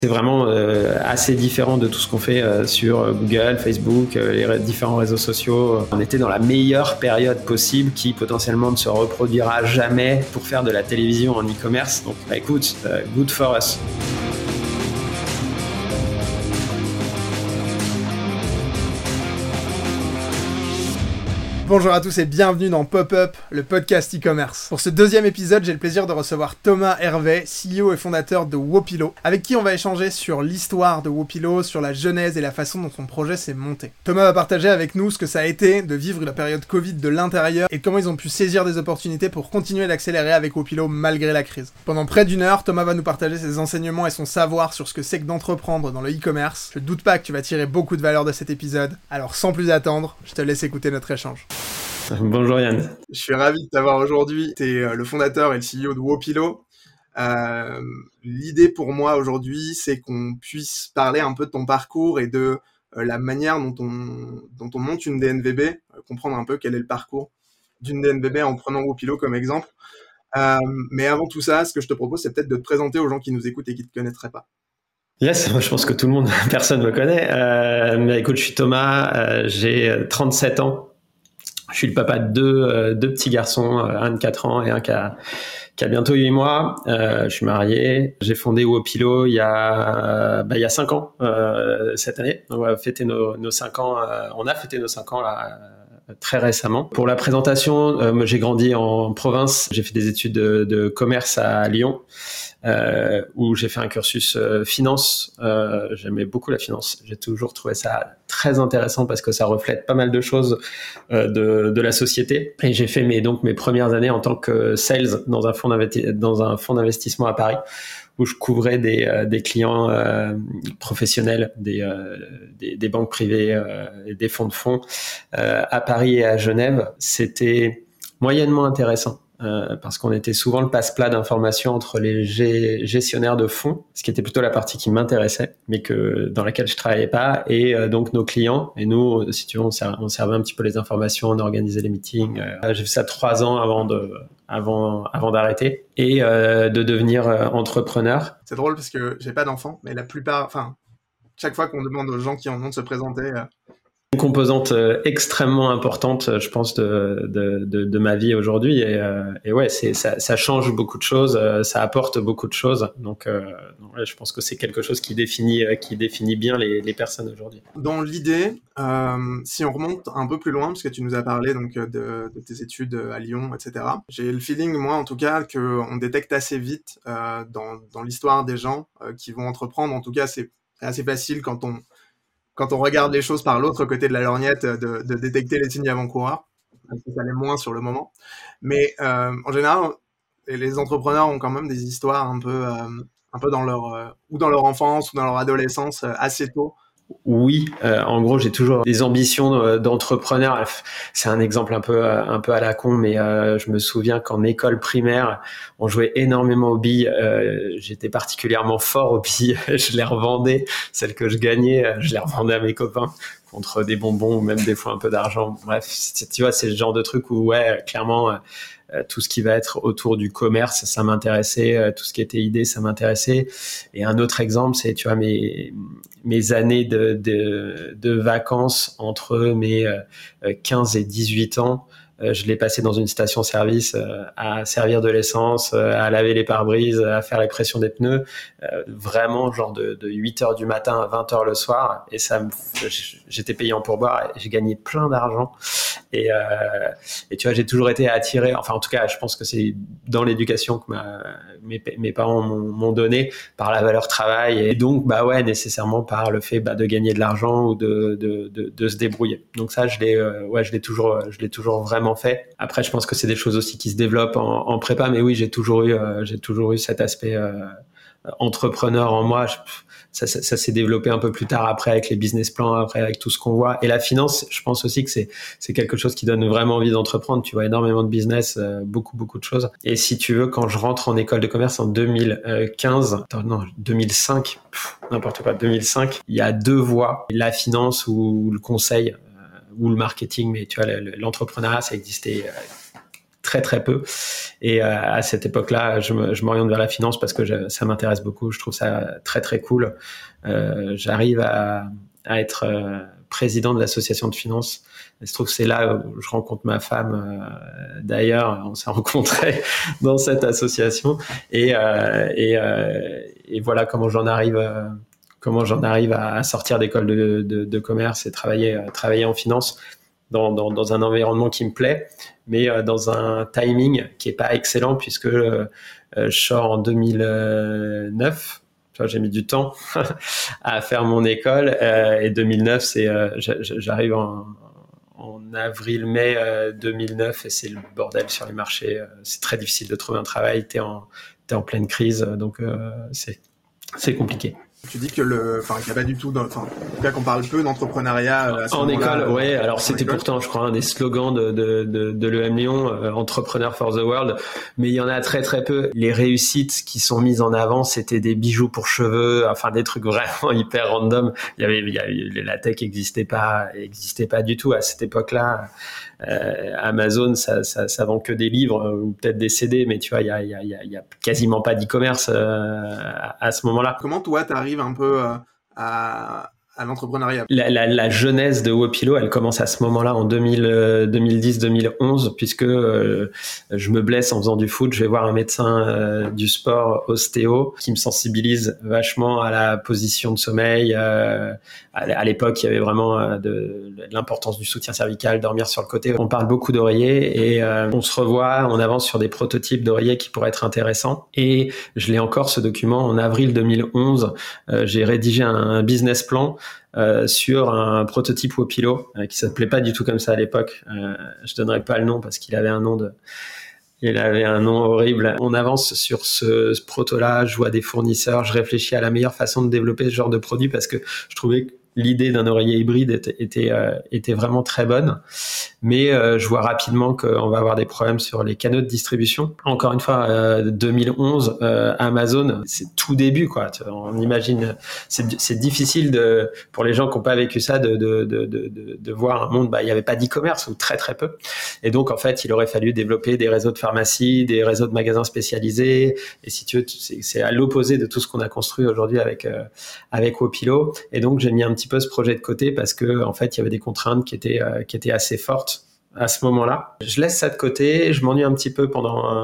C'est vraiment assez différent de tout ce qu'on fait sur Google, Facebook, les différents réseaux sociaux. On était dans la meilleure période possible qui potentiellement ne se reproduira jamais pour faire de la télévision en e-commerce. Donc écoute, good for us. Bonjour à tous et bienvenue dans Pop-Up, le podcast e-commerce. Pour ce deuxième épisode, j'ai le plaisir de recevoir Thomas Hervé, CEO et fondateur de Wopilo, avec qui on va échanger sur l'histoire de Wopilo, sur la genèse et la façon dont son projet s'est monté. Thomas va partager avec nous ce que ça a été de vivre la période Covid de l'intérieur et comment ils ont pu saisir des opportunités pour continuer d'accélérer avec Wopilo malgré la crise. Pendant près d'une heure, Thomas va nous partager ses enseignements et son savoir sur ce que c'est que d'entreprendre dans le e-commerce. Je doute pas que tu vas tirer beaucoup de valeur de cet épisode, alors sans plus attendre, je te laisse écouter notre échange. Bonjour Yann. Je suis ravi de t'avoir aujourd'hui. Tu es le fondateur et le CEO de Wopilo. L'idée pour moi aujourd'hui, c'est qu'on puisse parler un peu de ton parcours et de la manière dont on monte une DNVB, comprendre un peu quel est le parcours d'une DNVB en prenant Wopilo comme exemple. Mais avant tout ça, ce que je te propose, c'est peut-être de te présenter aux gens qui nous écoutent et qui ne te connaîtraient pas. Yes, moi je pense que tout le monde, personne me connaît. Mais écoute, je suis Thomas, j'ai 37 ans. Je suis le papa de deux petits garçons, un de 4 ans et un qui a bientôt 8 mois. Je suis marié. J'ai fondé Wopilo il y a 5 ans cette année. On va fêter nos 5 ans. On a fêté nos 5 ans là très récemment. Pour la présentation, j'ai grandi en province. J'ai fait des études de commerce à Lyon. Où j'ai fait un cursus finance. J'aimais beaucoup la finance. J'ai toujours trouvé ça très intéressant parce que ça reflète pas mal de choses de la société. Et j'ai fait mes premières années en tant que sales dans un fonds d'investissement à Paris, où je couvrais des clients professionnels, des banques privées, et des fonds de fonds à Paris et à Genève. C'était moyennement intéressant. Parce qu'on était souvent le passe-plat d'informations entre les gestionnaires de fonds, ce qui était plutôt la partie qui m'intéressait, mais dans laquelle je travaillais pas, et donc nos clients. Et nous, si tu veux, on servait un petit peu les informations, on organisait les meetings. J'ai fait ça 3 ans avant d'arrêter et de devenir entrepreneur. C'est drôle parce que j'ai pas d'enfants, mais chaque fois qu'on demande aux gens qui en ont de se présenter. Une composante extrêmement importante, je pense, de ma vie aujourd'hui, et ouais, ça change beaucoup de choses, ça apporte beaucoup de choses, donc ouais, je pense que c'est quelque chose qui définit bien les personnes aujourd'hui. Dans l'idée, si on remonte un peu plus loin, parce que tu nous as parlé donc de tes études à Lyon, etc. J'ai le feeling, moi en tout cas, qu'on détecte assez vite dans l'histoire des gens qui vont entreprendre. En tout cas, c'est assez facile quand on regarde les choses par l'autre côté de la lorgnette, de détecter les signes avant-coureurs. Ça l'est moins sur le moment. Mais en général, les entrepreneurs ont quand même des histoires un peu dans leur enfance ou dans leur adolescence assez tôt. Oui, en gros, j'ai toujours des ambitions d'entrepreneur. C'est un exemple un peu à la con, mais je me souviens qu'en école primaire, on jouait énormément aux billes. J'étais particulièrement fort aux billes. Je les revendais, celles que je gagnais, je les revendais à mes copains contre des bonbons ou même des fois un peu d'argent. Bref, tu vois, c'est le genre de truc où, ouais, clairement, tout ce qui va être autour du commerce, ça m'intéressait. Tout ce qui était idée, ça m'intéressait. Et un autre exemple, c'est, tu vois, mes années de vacances entre mes 15 et 18 ans. Je l'ai passé dans une station-service à servir de l'essence, à laver les pare-brises, à faire les pressions des pneus, vraiment genre de 8h du matin à 20h le soir, et j'étais payé en pourboire et j'ai gagné plein d'argent, et tu vois, j'ai toujours été attiré, enfin en tout cas je pense que c'est dans l'éducation que mes parents m'ont donné, par la valeur travail, et donc bah ouais, nécessairement par le fait de gagner de l'argent ou de se débrouiller. Donc ça je l'ai toujours vraiment fait. Après, je pense que c'est des choses aussi qui se développent en prépa, mais oui, j'ai toujours eu cet aspect entrepreneur en moi. Ça s'est développé un peu plus tard, après avec les business plans, après avec tout ce qu'on voit. Et la finance, je pense aussi que c'est quelque chose qui donne vraiment envie d'entreprendre. Tu vois énormément de business, beaucoup de choses. Et si tu veux, quand je rentre en école de commerce en 2005, n'importe quoi, 2005, il y a 2 voies, la finance ou le conseil, ou le marketing, mais tu vois, l'entrepreneuriat, ça existait très très peu. Et à cette époque-là, je m'oriente vers la finance parce que ça m'intéresse beaucoup. Je trouve ça très très cool. J'arrive à être président de l'association de finance. Il se trouve que c'est là où je rencontre ma femme. D'ailleurs, on s'est rencontrés dans cette association. Et voilà comment j'en arrive à sortir d'école de commerce et travailler en finance dans un environnement qui me plaît, mais dans un timing qui est pas excellent puisque je sors en 2009. J'ai mis du temps à faire mon école et 2009, j'arrive en avril-mai 2009 et c'est le bordel sur les marchés. C'est très difficile de trouver un travail. T'es en pleine crise, donc c'est compliqué. Tu dis que qu'il n'y a pas du tout, en tout cas qu'on parle peu d'entrepreneuriat à ce en école, ouais. Alors c'était école. Pourtant, je crois, un des slogans de l'EM Lyon, Entrepreneur for the World. Mais il y en a très très peu. Les réussites qui sont mises en avant, c'était des bijoux pour cheveux, enfin des trucs vraiment hyper random. La tech existait pas du tout à cette époque-là. Amazon, ça vend que des livres ou peut-être des CD, mais tu vois, il y a quasiment pas d'e-commerce à ce moment-là. Comment toi, t'arrives un peu à l'entrepreneuriat? La genèse de Wopilo, elle commence à ce moment-là en 2010-2011, puisque je me blesse en faisant du foot. Je vais voir un médecin du sport ostéo qui me sensibilise vachement à la position de sommeil. À l'époque, il y avait vraiment de l'importance du soutien cervical, dormir sur le côté. On parle beaucoup d'oreillers et on se revoit, on avance sur des prototypes d'oreillers qui pourraient être intéressants. Et je l'ai encore, ce document, en avril 2011. J'ai rédigé un business plan sur un prototype Wopilo qui s'appelait pas du tout comme ça à l'époque. Je donnerai pas le nom parce qu'il avait un nom horrible. On avance sur ce proto-là, je vois des fournisseurs, je réfléchis à la meilleure façon de développer ce genre de produit parce que je trouvais que l'idée d'un oreiller hybride était vraiment très bonne. Mais je vois rapidement qu'on va avoir des problèmes sur les canaux de distribution. Encore une fois, 2011, Amazon, c'est tout début, quoi. On imagine, c'est difficile pour les gens qui n'ont pas vécu ça de voir un monde. Il n'y avait pas d'e-commerce ou très très peu. Et donc en fait, il aurait fallu développer des réseaux de pharmacie, des réseaux de magasins spécialisés. Et si tu veux, c'est à l'opposé de tout ce qu'on a construit aujourd'hui avec Wopilo. Et donc j'ai mis un petit peu ce projet de côté parce que en fait, il y avait des contraintes qui étaient assez fortes à ce moment-là. Je laisse ça de côté, je m'ennuie un petit peu pendant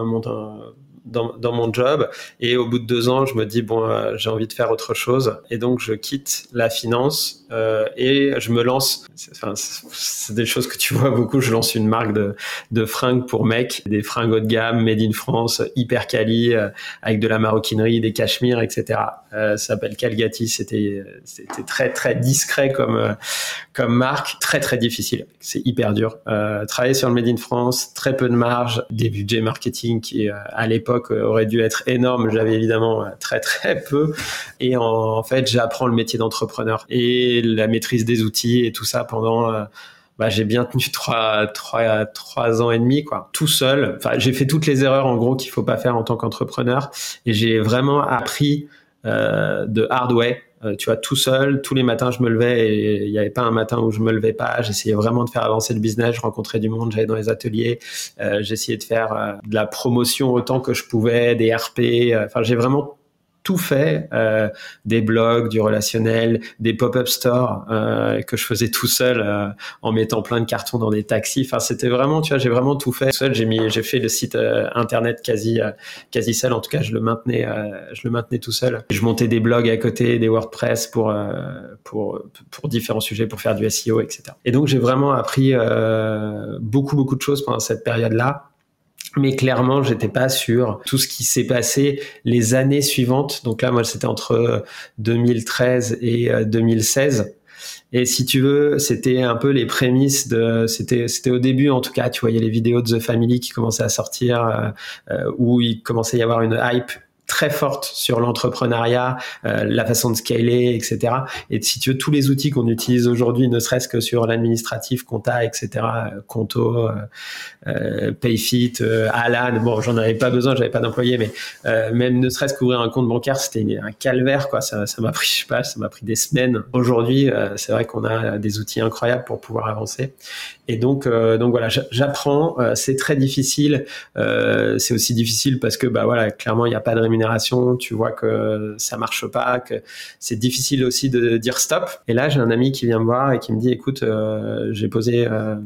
dans mon job et au bout de 2 ans, je me dis j'ai envie de faire autre chose et donc je quitte la finance et je me lance. C'est des choses que tu vois beaucoup. Je lance une marque de fringues pour mecs, des fringues haut de gamme, made in France, hyper quali, avec de la maroquinerie, des cachemires, etc. Ça s'appelle Calgati. C'était très très discret comme marque, très très difficile. C'est hyper dur. Travailler sur le made in France, très peu de marge, des budgets marketing qui à l'époque aurait dû être énorme. J'avais évidemment très très peu. Et en fait, j'apprends le métier d'entrepreneur et la maîtrise des outils et tout ça pendant. J'ai bien tenu 3 ans et demi, quoi, tout seul. Enfin, j'ai fait toutes les erreurs en gros qu'il faut pas faire en tant qu'entrepreneur et j'ai vraiment appris de hard way. Tu vois, tout seul, tous les matins je me levais et il n'y avait pas un matin où je me levais pas. J'essayais vraiment de faire avancer le business, je rencontrais du monde, j'allais dans les ateliers, j'essayais de faire de la promotion autant que je pouvais, des RP, enfin j'ai vraiment tout fait, des blogs, du relationnel, des pop-up stores que je faisais tout seul en mettant plein de cartons dans des taxis. Enfin, c'était vraiment, tu vois, j'ai vraiment tout fait seul. J'ai fait le site internet quasi seul. En tout cas, je le maintenais tout seul. Je montais des blogs à côté, des WordPress pour différents sujets, pour faire du SEO, etc. Et donc, j'ai vraiment appris beaucoup de choses pendant cette période-là. Mais clairement, j'étais pas sur tout ce qui s'est passé les années suivantes. Donc là, moi, c'était entre 2013 et 2016. Et si tu veux, c'était un peu les prémices c'était au début, en tout cas, tu voyais les vidéos de The Family qui commençaient à sortir, où il commençait à y avoir une hype très forte sur l'entrepreneuriat, la façon de scaler, etc. Et si tu veux, tous les outils qu'on utilise aujourd'hui, ne serait-ce que sur l'administratif, compta, etc., Conto, Payfit, Alan, bon, j'en avais pas besoin, j'avais pas d'employé, mais même ne serait-ce qu'ouvrir un compte bancaire, c'était un calvaire, quoi. Ça m'a pris, je sais pas, ça m'a pris des semaines. Aujourd'hui, c'est vrai qu'on a des outils incroyables pour pouvoir avancer. Et donc voilà, j'apprends. C'est très difficile. C'est aussi difficile parce que voilà, clairement, il n'y a pas de rémunération. Tu vois que ça marche pas, que c'est difficile aussi de dire stop. Et là, j'ai un ami qui vient me voir et qui me dit, écoute, j'ai posé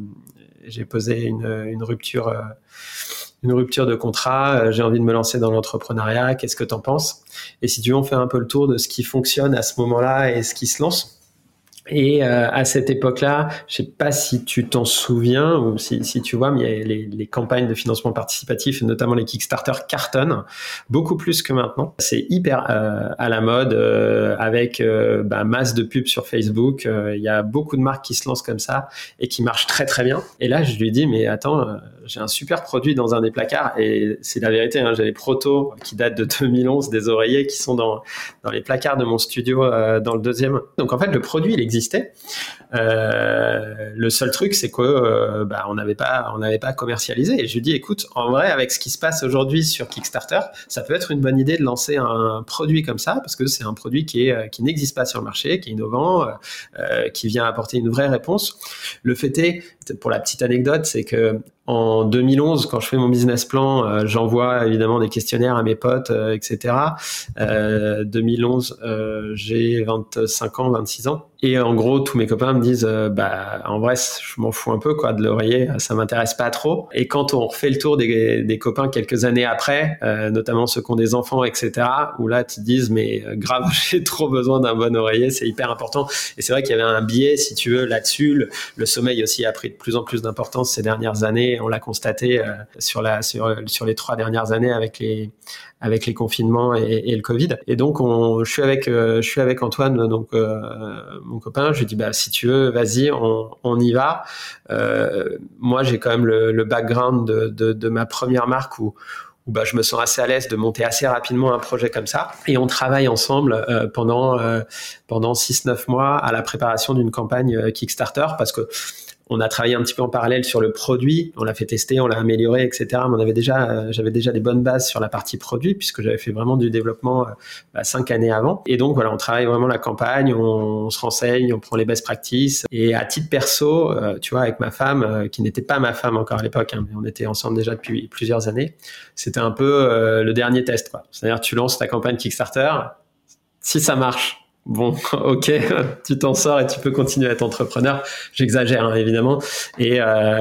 une rupture. Une rupture de contrat, j'ai envie de me lancer dans l'entrepreneuriat, qu'est-ce que t'en penses? Et si tu veux, on fait un peu le tour de ce qui fonctionne à ce moment-là et ce qui se lance. Et à cette époque-là, je sais pas si tu t'en souviens ou si tu vois, mais il y a les campagnes de financement participatif, notamment les Kickstarter, cartonnent beaucoup plus que maintenant. C'est hyper à la mode, avec masse de pubs sur Facebook. Il y a beaucoup de marques qui se lancent comme ça et qui marchent très très bien. Et là, je lui dis, mais attends, j'ai un super produit dans un des placards, et c'est la vérité, hein, j'ai les protos qui datent de 2011, des oreillers qui sont dans les placards de mon studio dans le 2e. Donc en fait, le produit, il existait. Le seul truc, c'est que on n'avait pas commercialisé. Et je lui dis, écoute, en vrai, avec ce qui se passe aujourd'hui sur Kickstarter, ça peut être une bonne idée de lancer un produit comme ça, parce que c'est un produit qui n'existe pas sur le marché, qui est innovant, qui vient apporter une vraie réponse. Le fait est, pour la petite anecdote, c'est que en 2011, quand je fais mon business plan, j'envoie évidemment des questionnaires à mes potes, etc. 2011, j'ai 25 ans, 26 ans. Et en gros, tous mes copains me disent, en vrai, je m'en fous un peu, quoi, de l'oreiller, ça m'intéresse pas trop. Et quand on refait le tour des copains quelques années après, notamment ceux qui ont des enfants, etc., où là, tu te dis, mais grave, j'ai trop besoin d'un bon oreiller, c'est hyper important. Et c'est vrai qu'il y avait un biais, si tu veux, là-dessus. Le sommeil aussi a pris de plus en plus d'importance ces dernières années. On l'a constaté sur les 3 dernières années avec les confinements et le Covid. Et donc, je suis avec Antoine, donc mon copain. Je lui dis, si tu veux, vas-y, on y va. Moi, j'ai quand même le background de ma première marque où je me sens assez à l'aise de monter assez rapidement un projet comme ça. Et on travaille ensemble pendant 6-9 mois à la préparation d'une campagne Kickstarter, parce que on a travaillé un petit peu en parallèle sur le produit, on l'a fait tester, on l'a amélioré, etc. Mais j'avais déjà des bonnes bases sur la partie produit, puisque j'avais fait vraiment du développement 5 années avant. Et donc voilà, on travaille vraiment la campagne, on se renseigne, on prend les best practices. Et à titre perso, tu vois, avec ma femme, qui n'était pas ma femme encore à l'époque, mais on était ensemble déjà depuis plusieurs années, c'était un peu le dernier test, quoi. C'est-à-dire, tu lances ta campagne Kickstarter, si ça marche, bon, ok, tu t'en sors et tu peux continuer à être entrepreneur. J'exagère, hein, évidemment. Et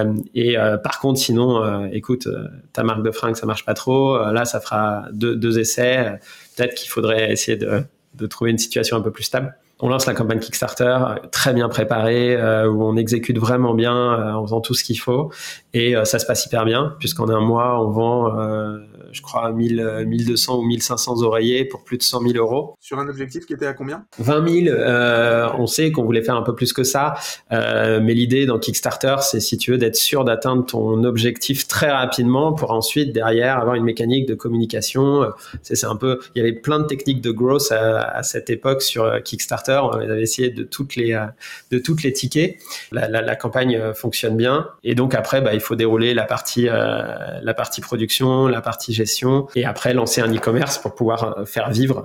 par contre, sinon, écoute, ta marque de fringues, ça marche pas trop. Là, ça fera deux essais. Peut-être qu'il faudrait essayer de trouver une situation un peu plus stable. On lance la campagne Kickstarter, très bien préparée, où on exécute vraiment bien, en faisant tout ce qu'il faut. Et ça se passe hyper bien, puisqu'en un mois, on vend, je crois, 1200 ou 1500 oreillers pour plus de 100 000 euros. Sur un objectif qui était à combien ? 20 000. On sait qu'on voulait faire un peu plus que ça. Mais l'idée dans Kickstarter, c'est, si tu veux, d'être sûr d'atteindre ton objectif très rapidement pour ensuite, derrière, avoir une mécanique de communication. C'est un peu, il y avait plein de techniques de growth à cette époque sur Kickstarter. On avait essayé de toutes les tickets. La campagne fonctionne bien. Et donc après, il faut dérouler la partie production, la partie gestion, et après lancer un e-commerce pour pouvoir faire vivre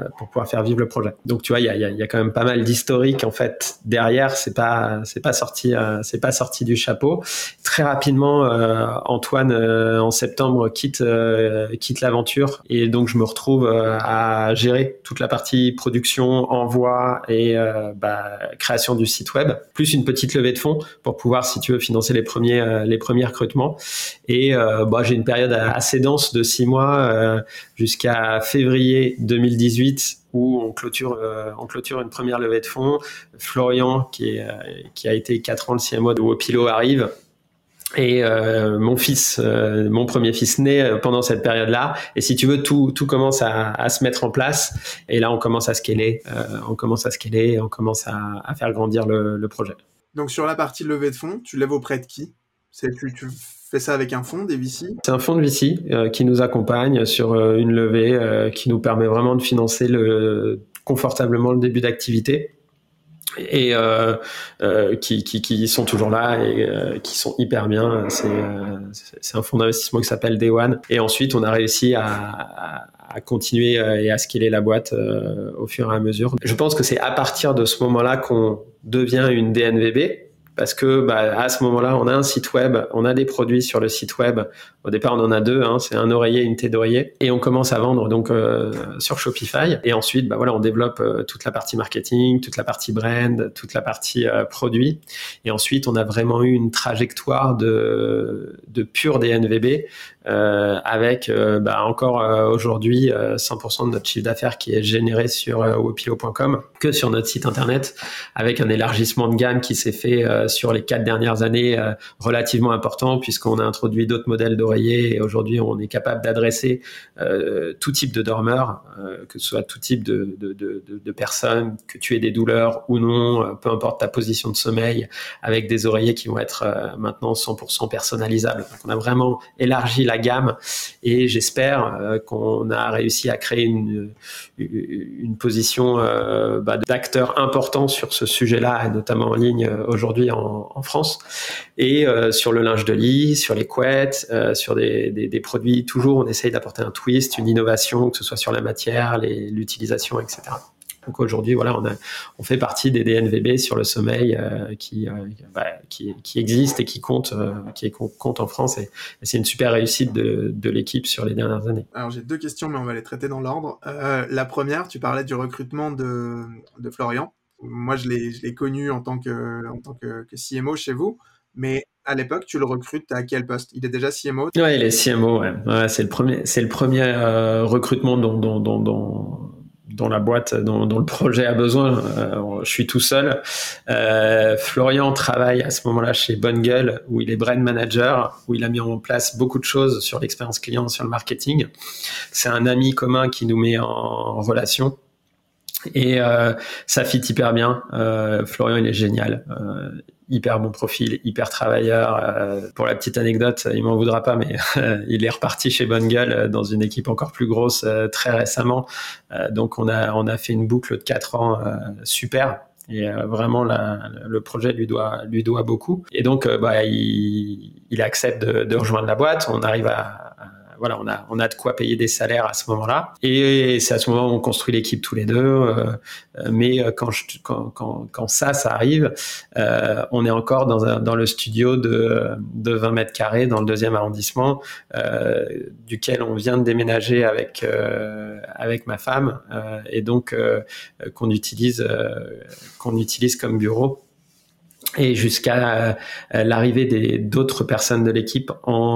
le projet. Donc tu vois, il y a quand même pas mal d'historique en fait derrière. C'est pas sorti du chapeau. Très rapidement, Antoine en septembre quitte l'aventure, et donc je me retrouve à gérer toute la partie production, envoi et création du site web, plus une petite levée de fonds pour pouvoir, si tu veux, financer les premiers recrutements. Et j'ai une période assez dense de 6 mois jusqu'à février 2018 où on clôture une première levée de fonds. Florian, qui a été 4 ans le CMO de Wopilo, arrive. Et mon premier fils naît pendant cette période-là. Et si tu veux, tout commence à se mettre en place. Et là, on commence à scaler, on commence à faire grandir le projet. Donc sur la partie levée de fonds, tu lèves auprès de qui ? Tu fais ça avec un fonds, des VC? C'est un fonds de VC qui nous accompagne sur une levée qui nous permet vraiment de financer confortablement le début d'activité. Et qui sont toujours là et qui sont hyper bien. C'est un fonds d'investissement qui s'appelle Day One. Et ensuite, on a réussi à continuer et à scaler la boîte au fur et à mesure. Je pense que c'est à partir de ce moment-là qu'on devient une DNVB. Parce que à ce moment-là, on a un site web, on a des produits sur le site web. Au départ, on en a deux, c'est un oreiller et une tête d'oreiller. Et on commence à vendre donc sur Shopify. Et ensuite, on développe toute la partie marketing, toute la partie brand, toute la partie produit. Et ensuite, on a vraiment eu une trajectoire de pure DNVB avec encore aujourd'hui 100% de notre chiffre d'affaires qui est généré sur wopilo.com que sur notre site internet, avec un élargissement de gamme qui s'est fait sur les 4 dernières années relativement important, puisqu'on a introduit d'autres modèles d'oreillers et aujourd'hui on est capable d'adresser tout type de dormeur, que ce soit tout type de personnes, que tu aies des douleurs ou non, peu importe ta position de sommeil, avec des oreillers qui vont être maintenant 100% personnalisables. Donc on a vraiment élargi la gamme et j'espère qu'on a réussi à créer une position d'acteur important sur ce sujet-là, et notamment en ligne aujourd'hui en France, et sur le linge de lit, sur les couettes, sur des produits. Toujours on essaye d'apporter un twist, une innovation, que ce soit sur la matière, l'utilisation, etc. Donc aujourd'hui, on fait partie des DNVB sur le sommeil qui existent et qui comptent en France, et c'est une super réussite de l'équipe sur les dernières années. Alors j'ai 2 questions, mais on va les traiter dans l'ordre. La première, tu parlais du recrutement de Florian. Moi, je l'ai connu en tant que CMO chez vous, mais à l'époque, tu le recrutes à quel poste? Il est déjà CMO? Ouais, il est CMO, ouais. Ouais, c'est le premier recrutement dont la boîte, dont le projet a besoin. Je suis tout seul. Florian travaille à ce moment-là chez Bonne Gueule, où il est brand manager, où il a mis en place beaucoup de choses sur l'expérience client, sur le marketing. C'est un ami commun qui nous met en relation. Et ça fit hyper bien. Florian, il est génial. Hyper bon profil, hyper travailleur. Pour la petite anecdote, il m'en voudra pas, mais il est reparti chez Bonne Gueule dans une équipe encore plus grosse très récemment. Donc on a fait une boucle de 4 ans super. Et vraiment, le projet lui doit beaucoup. Et donc, il accepte de rejoindre la boîte. On arrive on a de quoi payer des salaires à ce moment-là. Et c'est à ce moment où on construit l'équipe tous les deux. Mais quand ça arrive, on est encore dans le studio de 20 mètres carrés dans le 2e arrondissement, duquel on vient de déménager avec ma femme, et donc qu'on utilise comme bureau. Et jusqu'à l'arrivée d'autres personnes de l'équipe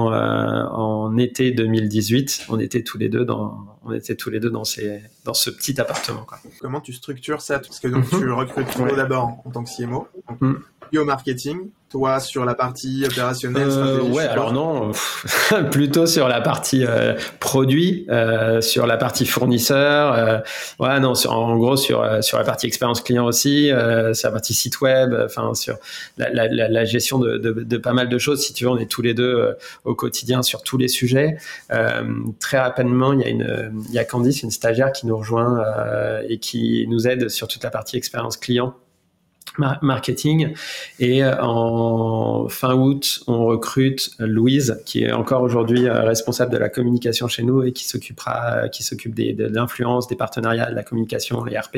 en été 2018, on était tous les deux dans ce petit appartement, quoi. Comment tu structures ça? Parce que donc tu recrutes Flo d'abord en tant que CMO, donc au marketing, toi sur la partie opérationnelle, stratégie. Alors non, plutôt sur la partie produit, sur la partie fournisseur. En gros sur la partie expérience client aussi, sur la partie site web, sur la gestion de pas mal de choses. Si tu veux, on est tous les deux au quotidien sur tous les sujets. Très rapidement, il y a Candice, une stagiaire qui nous rejoint et qui nous aide sur toute la partie expérience client, marketing. Et en fin août, on recrute Louise, qui est encore aujourd'hui responsable de la communication chez nous et qui s'occupe de l'influence, des partenariats, de la communication, les RP,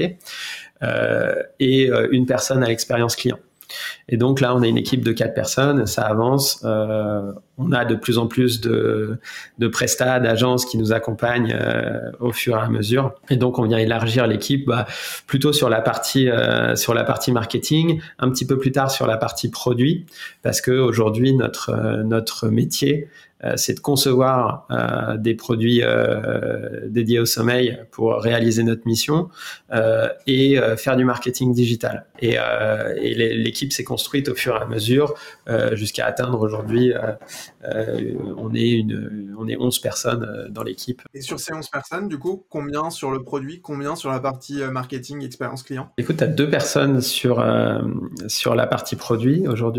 et une personne à l'expérience client. Et donc là, on a une équipe de 4 personnes, ça avance. On a de plus en plus de prestats, d'agences qui nous accompagnent au fur et à mesure. Et donc, on vient élargir l'équipe plutôt sur la partie marketing, un petit peu plus tard sur la partie produit, parce que aujourd'hui, notre métier, c'est de concevoir des produits dédiés au sommeil pour réaliser notre mission et faire du marketing digital. Et l'équipe s'est construite au fur et à mesure jusqu'à atteindre aujourd'hui, on est 11 personnes dans l'équipe. Et sur ces 11 personnes, du coup, combien sur le produit, combien sur la partie marketing, expérience client? Écoute, tu as 2 personnes sur la partie produit aujourd'hui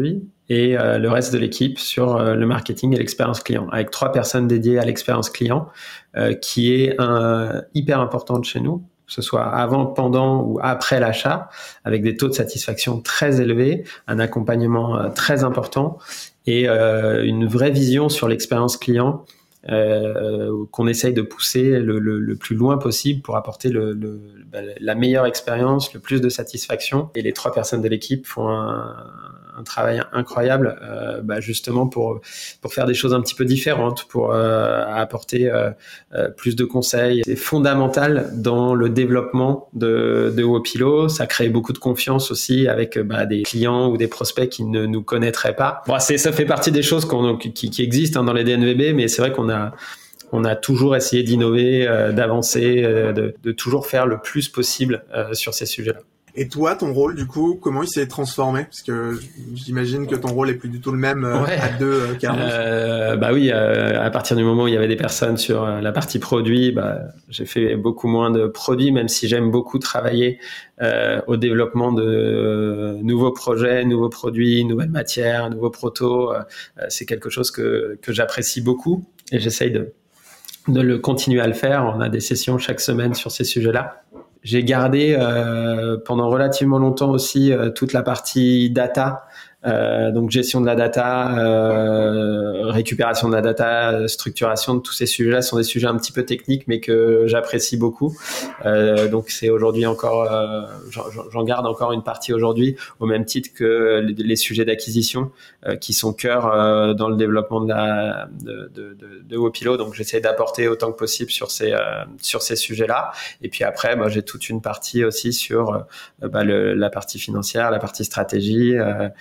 et le reste de l'équipe sur le marketing et l'expérience client, avec 3 personnes dédiées à l'expérience client, qui est hyper importante chez nous, que ce soit avant, pendant ou après l'achat, avec des taux de satisfaction très élevés, un accompagnement très important et une vraie vision sur l'expérience client qu'on essaye de pousser le plus loin possible pour apporter la meilleure expérience, le plus de satisfaction. Et les 3 personnes de l'équipe font un travail incroyable, justement pour faire des choses un petit peu différentes, pour apporter plus de conseils. C'est fondamental dans le développement de Wopilo. Ça crée beaucoup de confiance aussi avec des clients ou des prospects qui ne nous connaîtraient pas. Bon, ça fait partie des choses qui existent dans les DNVB, mais c'est vrai qu'on a toujours essayé d'innover, d'avancer, de toujours faire le plus possible sur ces sujets-là. Et toi, ton rôle, du coup, comment il s'est transformé? Parce que j'imagine que ton rôle est plus du tout le même à 2 qu'à 11. Oui, à partir du moment où il y avait des personnes sur la partie produit, j'ai fait beaucoup moins de produits, même si j'aime beaucoup travailler au développement de nouveaux projets, nouveaux produits, nouvelles matières, nouveaux protos. C'est quelque chose que j'apprécie beaucoup et j'essaye de le continuer à le faire. On a des sessions chaque semaine sur ces sujets-là. J'ai gardé pendant relativement longtemps aussi toute la partie data, donc gestion de la data, récupération de la data, structuration de tous ces sujets-là sont des sujets un petit peu techniques mais que j'apprécie beaucoup. Donc c'est aujourd'hui encore, j'en garde encore une partie aujourd'hui au même titre que les sujets d'acquisition qui sont cœur dans le développement de Wopilo. Donc j'essaie d'apporter autant que possible sur ces sujets-là. Et puis après, j'ai toute une partie aussi sur la partie financière, la partie stratégie.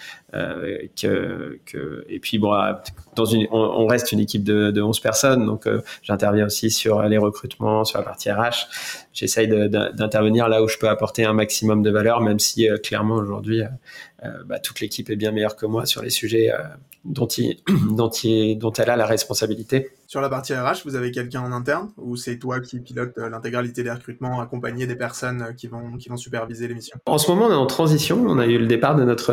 Et puis on reste une équipe de 11 personnes, donc j'interviens aussi sur les recrutements, sur la partie RH. J'essaye d'intervenir là où je peux apporter un maximum de valeur, même si clairement aujourd'hui toute l'équipe est bien meilleure que moi sur les sujets dont elle a la responsabilité. Sur la partie RH, vous avez quelqu'un en interne ou c'est toi qui pilote l'intégralité des recrutements, accompagné des personnes qui vont superviser les missions? En ce moment, on est en transition. On a eu le départ de notre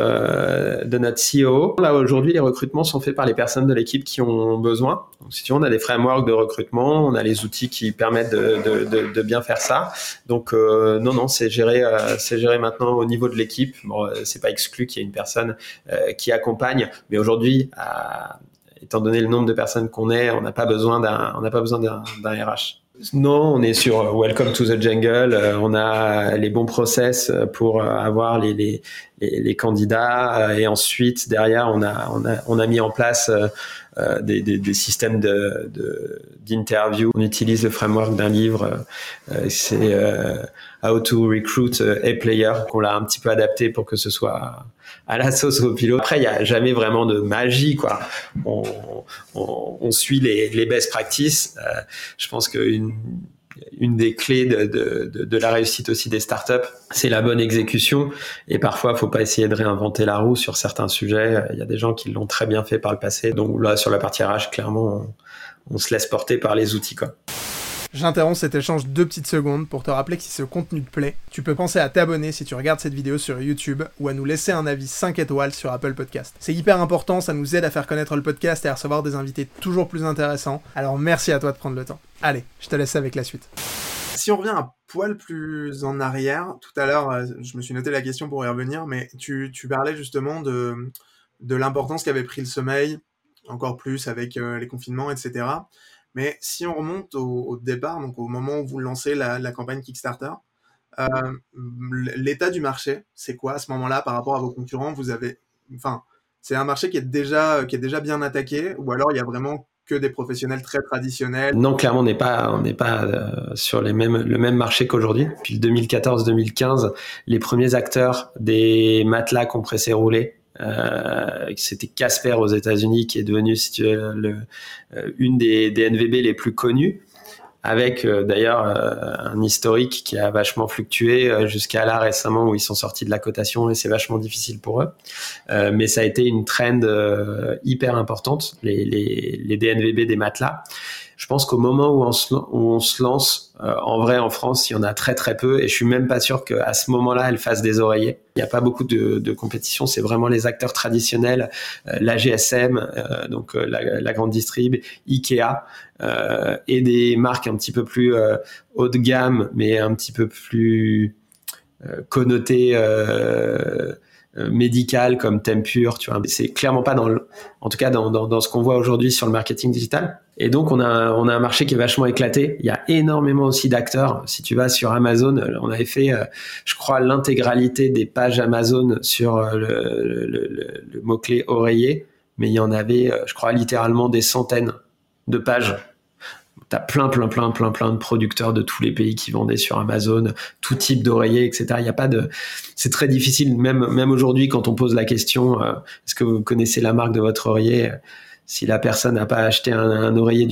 CEO. Là, aujourd'hui, les recrutements sont faits par les personnes de l'équipe qui ont besoin. Donc, si tu veux, on a des frameworks de recrutement, on a les outils qui permettent de bien faire ça. Donc, non, c'est géré maintenant au niveau de l'équipe. Bon, c'est pas exclu qu'il y ait une personne qui accompagne, mais aujourd'hui, étant donné le nombre de personnes qu'on est, on n'a pas besoin d'un RH. Non, on est sur Welcome to the Jungle. On a les bons process pour avoir les candidats et ensuite derrière on a mis en place des systèmes d'interview. On utilise le framework d'un livre, c'est How to Recruit a Player, qu'on l'a un petit peu adapté pour que ce soit à la sauce Wopilo. Après, il y a jamais vraiment de magie, quoi. On suit les best practices. Je pense que une des clés de la réussite aussi des startups, c'est la bonne exécution. Et parfois, faut pas essayer de réinventer la roue sur certains sujets. Il y a des gens qui l'ont très bien fait par le passé. Donc là, sur la partie RH, clairement, on se laisse porter par les outils, quoi. J'interromps cet échange 2 petites secondes pour te rappeler que si ce contenu te plaît, tu peux penser à t'abonner si tu regardes cette vidéo sur YouTube ou à nous laisser un avis 5 étoiles sur Apple Podcast. C'est hyper important, ça nous aide à faire connaître le podcast et à recevoir des invités toujours plus intéressants. Alors merci à toi de prendre le temps. Allez, je te laisse avec la suite. Si on revient un poil plus en arrière, tout à l'heure, je me suis noté la question pour y revenir, mais tu parlais justement de l'importance qu'avait pris le sommeil, encore plus avec les confinements, etc. Mais si on remonte au départ, donc au moment où vous lancez la campagne Kickstarter, l'état du marché, c'est quoi à ce moment-là par rapport à vos concurrents? C'est un marché qui est déjà bien attaqué, ou alors il y a vraiment que des professionnels très traditionnels? Non, clairement, on n'est pas sur le même marché qu'aujourd'hui. Depuis 2014-2015, les premiers acteurs des matelas compressés roulés, c'était Casper aux États-Unis qui est devenu, si tu veux, une des NVB les plus connues, avec d'ailleurs un historique qui a vachement fluctué jusqu'à là récemment où ils sont sortis de la cotation et c'est vachement difficile pour eux. Mais ça a été une trend hyper importante, les DNVB des matelas. Je pense qu'au moment où on se lance, en vrai, en France, il y en a très très peu, et je suis même pas sûr qu'à ce moment-là, elles fassent des oreillers. Il n'y a pas beaucoup de compétition, c'est vraiment les acteurs traditionnels, la GSM, donc la grande distrib, Ikea, et des marques un petit peu plus haut de gamme, mais un petit peu plus connotées médical comme Tempur, tu vois. C'est clairement pas en tout cas dans ce qu'on voit aujourd'hui sur le marketing digital. Et donc on a un marché qui est vachement éclaté. Il y a énormément aussi d'acteurs. Si tu vas sur Amazon, on avait fait, je crois, l'intégralité des pages Amazon sur le mot-clé oreiller, mais il y en avait, je crois, littéralement des centaines de pages. T'as plein de producteurs de tous les pays qui vendaient sur Amazon, tout type d'oreiller, etc. Il y a pas de, c'est très difficile, même aujourd'hui, quand on pose la question, est-ce que vous connaissez la marque de votre oreiller? Si la personne n'a pas acheté un oreiller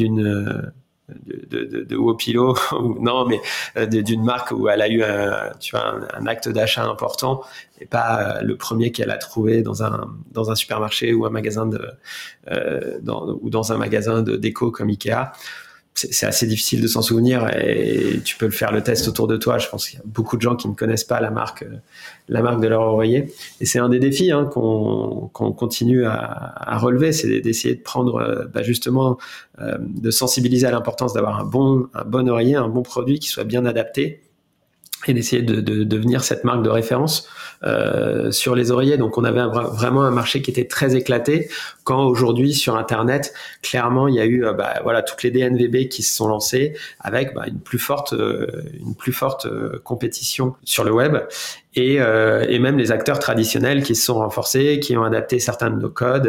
de Wopilo, non, mais d'une marque où elle a eu un acte d'achat important, et pas le premier qu'elle a trouvé dans un supermarché ou un magasin ou dans un magasin de déco comme Ikea. C'est assez difficile de s'en souvenir, et tu peux le faire le test autour de toi. Je pense qu'il y a beaucoup de gens qui ne connaissent pas la marque de leur oreiller, et c'est un des défis qu'on continue à relever, c'est d'essayer de prendre justement de sensibiliser à l'importance d'avoir un bon oreiller, un bon produit qui soit bien adapté, et d'essayer de devenir cette marque de référence sur les oreillers. Donc on avait vraiment un marché qui était très éclaté, quand aujourd'hui sur Internet, clairement il y a eu toutes les DNVB qui se sont lancées avec une plus forte compétition sur le web, et même les acteurs traditionnels qui se sont renforcés, qui ont adapté certains de nos codes,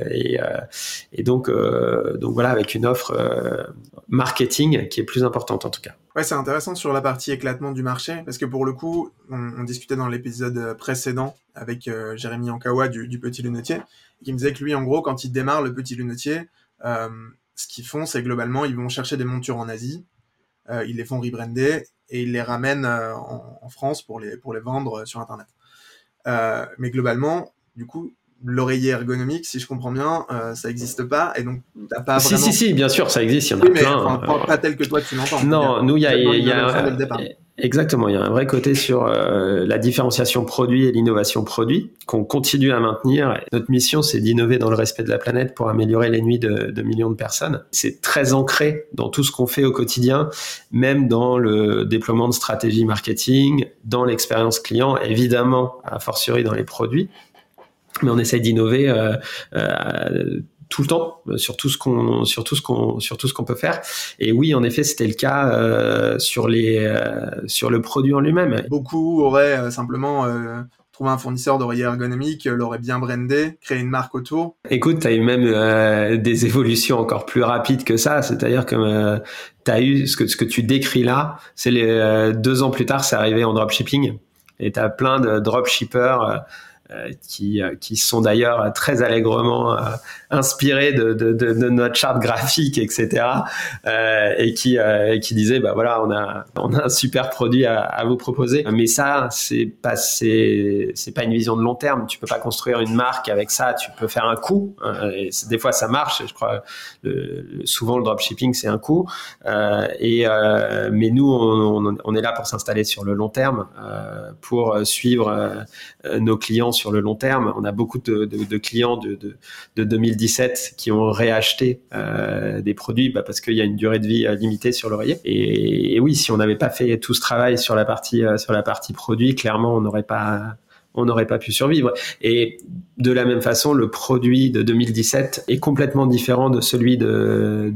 et donc voilà, avec une offre marketing qui est plus importante en tout cas. Ouais, c'est intéressant sur la partie éclatement du marché, parce que pour le coup, on discutait dans l'épisode précédent avec Jérémy Ankawa du Petit Lunetier, qui me disait que lui, en gros, quand il démarre le Petit Lunetier, ce qu'ils font, c'est globalement, ils vont chercher des montures en Asie, ils les font rebrander, et ils les ramènent en France pour les vendre sur Internet. Mais globalement, du coup, l'oreiller ergonomique, si je comprends bien, ça n'existe pas, et donc t'as pas vraiment... Si, bien sûr, ça existe, il y en a oui, mais plein. Pas tel que toi tu l'entends. Non, nous, il y a dès le départ. Exactement, il y a un vrai côté sur la différenciation produit et l'innovation produit qu'on continue à maintenir. Notre mission, c'est d'innover dans le respect de la planète pour améliorer les nuits de millions de personnes. C'est très ancré dans tout ce qu'on fait au quotidien, même dans le déploiement de stratégies marketing, dans l'expérience client, évidemment, a fortiori dans les produits. Mais on essaye d'innover tout le temps sur tout ce qu'on peut faire. Et oui, en effet, c'était le cas sur le produit en lui-même. Beaucoup auraient simplement trouvé un fournisseur d'oreillers ergonomiques, l'aurait bien brandé, créé une marque autour. Écoute, t'as eu même des évolutions encore plus rapides que ça, c'est-à-dire que t'as eu ce que tu décris là, c'est 2 ans plus tard, c'est arrivé en dropshipping, et t'as plein de dropshippers qui sont d'ailleurs très allègrement inspirés de notre charte graphique, etc. Et qui disaient voilà, on a un super produit à vous proposer. Mais ça, c'est pas une vision de long terme. Tu peux pas construire une marque avec ça. Tu peux faire un coup. Et des fois ça marche. Je crois souvent le dropshipping c'est un coup. Mais nous on est là pour s'installer sur le long terme, pour suivre nos clients sur le long terme. On a beaucoup de clients de 2017 qui ont réacheté des produits parce qu'il y a une durée de vie limitée sur l'oreiller. Et oui, si on n'avait pas fait tout ce travail sur la partie produit, clairement, on n'aurait pas pu survivre. Et de la même façon, le produit de 2017 est complètement différent de celui de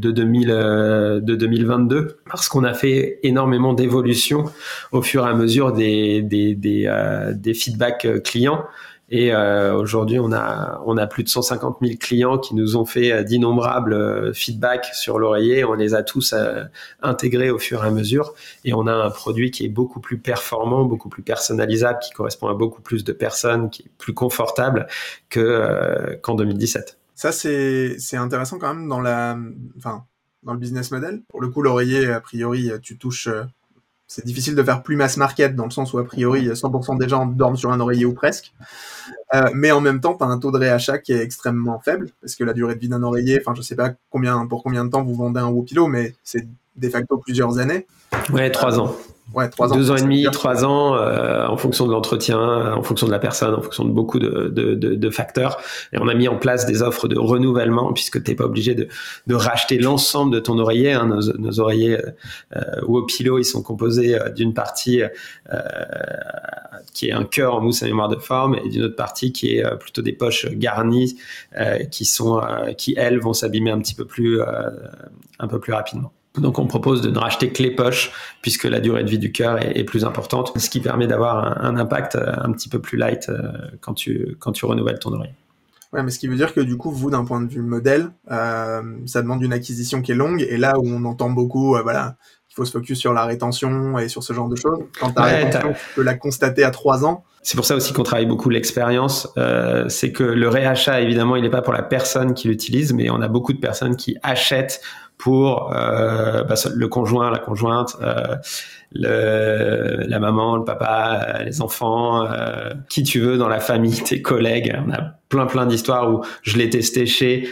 2022, parce qu'on a fait énormément d'évolutions au fur et à mesure des feedbacks clients. Et aujourd'hui, on a plus de 150 000 clients qui nous ont fait d'innombrables feedbacks sur l'oreiller. On les a tous intégrés au fur et à mesure. Et on a un produit qui est beaucoup plus performant, beaucoup plus personnalisable, qui correspond à beaucoup plus de personnes, qui est plus confortable qu'en 2017. Ça, c'est intéressant quand même dans le business model. Pour le coup, l'oreiller, a priori, tu touches c'est difficile de faire plus mass market dans le sens où a priori 100% des gens dorment sur un oreiller ou presque. Mais en même temps, tu as un taux de réachat qui est extrêmement faible parce que la durée de vie d'un oreiller, enfin je sais pas pour combien de temps vous vendez un Wopilo, mais c'est de facto plusieurs années. Ouais, 3 ans. Ouais, 3 ans. 2 ans et demi, 3 ans, en fonction de l'entretien, en fonction de la personne, en fonction de beaucoup de facteurs. Et on a mis en place des offres de renouvellement puisque t'es pas obligé de racheter l'ensemble de ton oreiller. Hein. Nos oreillers Wopilo, ils sont composés d'une partie qui est un cœur en mousse à mémoire de forme et d'une autre partie qui est plutôt des poches garnies qui elles vont s'abîmer un peu plus rapidement. Donc on propose de ne racheter que les poches puisque la durée de vie du cœur est plus importante, ce qui permet d'avoir un impact un petit peu plus light quand tu renouvelles ton oreille. Ouais, mais ce qui veut dire que du coup, vous, d'un point de vue modèle, ça demande une acquisition qui est longue, et là où on entend beaucoup, voilà, qu'il faut se focus sur la rétention et sur ce genre de choses, quand ta rétention, tu peux la constater à 3 ans. C'est pour ça aussi qu'on travaille beaucoup l'expérience, c'est que le réachat, évidemment, il n'est pas pour la personne qui l'utilise, mais on a beaucoup de personnes qui achètent pour le conjoint, la conjointe, la maman, le papa, les enfants, qui tu veux dans la famille, tes collègues. On a plein d'histoires où je l'ai testé chez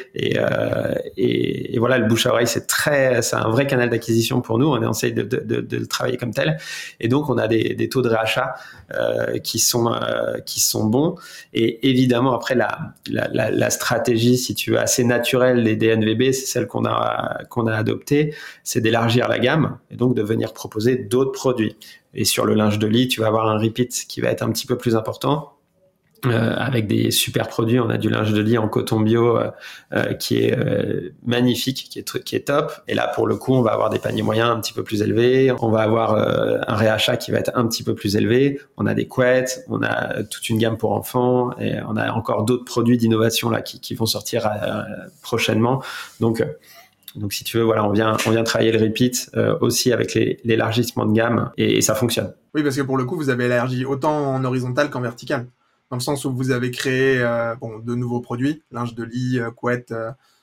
et voilà, le bouche à oreille c'est un vrai canal d'acquisition pour nous. On essaye de le travailler comme tel et donc on a des taux de réachat qui sont bons et évidemment après la stratégie, si tu veux, assez naturelle des DNVB, c'est celle qu'on a adoptée, c'est d'élargir la gamme et donc de venir proposer d'autres produits. Et sur le linge de lit, tu vas avoir un repeat qui va être un petit peu plus important. Avec des super produits, on a du linge de lit en coton bio qui est magnifique, qui est top. Et là, pour le coup, on va avoir des paniers moyens un petit peu plus élevés. On va avoir un réachat qui va être un petit peu plus élevé. On a des couettes, on a toute une gamme pour enfants et on a encore d'autres produits d'innovation là qui vont sortir prochainement. Donc si tu veux, voilà, on vient travailler le repeat aussi avec l'élargissement de gamme et ça fonctionne. Oui, parce que pour le coup, vous avez élargi autant en horizontal qu'en vertical. Dans le sens où vous avez créé de nouveaux produits, linge de lit, couette,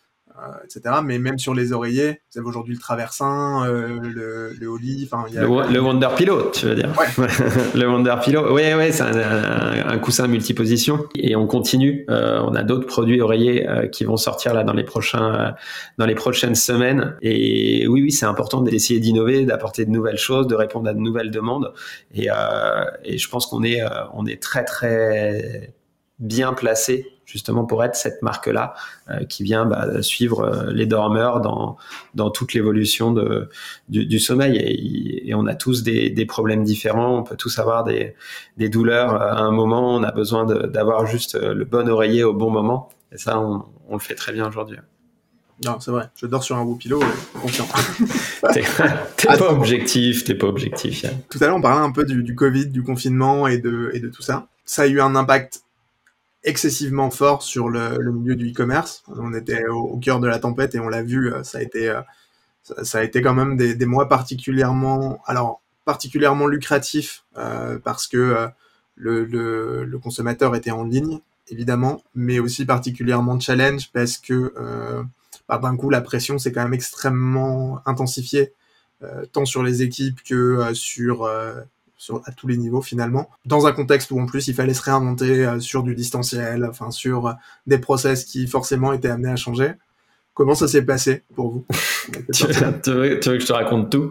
etc. Mais même sur les oreillers, vous avez aujourd'hui le traversin, le holly, enfin le Wonder Pillow, tu veux dire. Ouais. Le Wonder Pillow, ouais, c'est un coussin multiposition et on continue. On a d'autres produits oreillers qui vont sortir là dans les prochaines semaines. Et oui, c'est important d'essayer d'innover, d'apporter de nouvelles choses, de répondre à de nouvelles demandes. Et je pense qu'on est très très bien placé justement pour être cette marque-là qui vient suivre les dormeurs dans toute l'évolution du sommeil. Et on a tous des problèmes différents, on peut tous avoir des douleurs à un moment, on a besoin d'avoir juste le bon oreiller au bon moment. Et ça, on le fait très bien aujourd'hui. Non, c'est vrai, je dors sur un Wopilo, confiant. T'es pas objectif. Yann. Tout à l'heure, on parlait un peu du Covid, du confinement et de tout ça. Ça a eu un impact excessivement fort sur le milieu du e-commerce. On était au cœur de la tempête et on l'a vu, ça a été quand même des mois particulièrement lucratifs parce que le consommateur était en ligne, évidemment, mais aussi particulièrement challenge parce que d'un coup, la pression s'est quand même extrêmement intensifiée, tant sur les équipes que à tous les niveaux finalement, dans un contexte où en plus il fallait se réinventer sur du distanciel, enfin sur des process qui forcément étaient amenés à changer. Comment ça s'est passé pour vous? tu veux que je te raconte tout?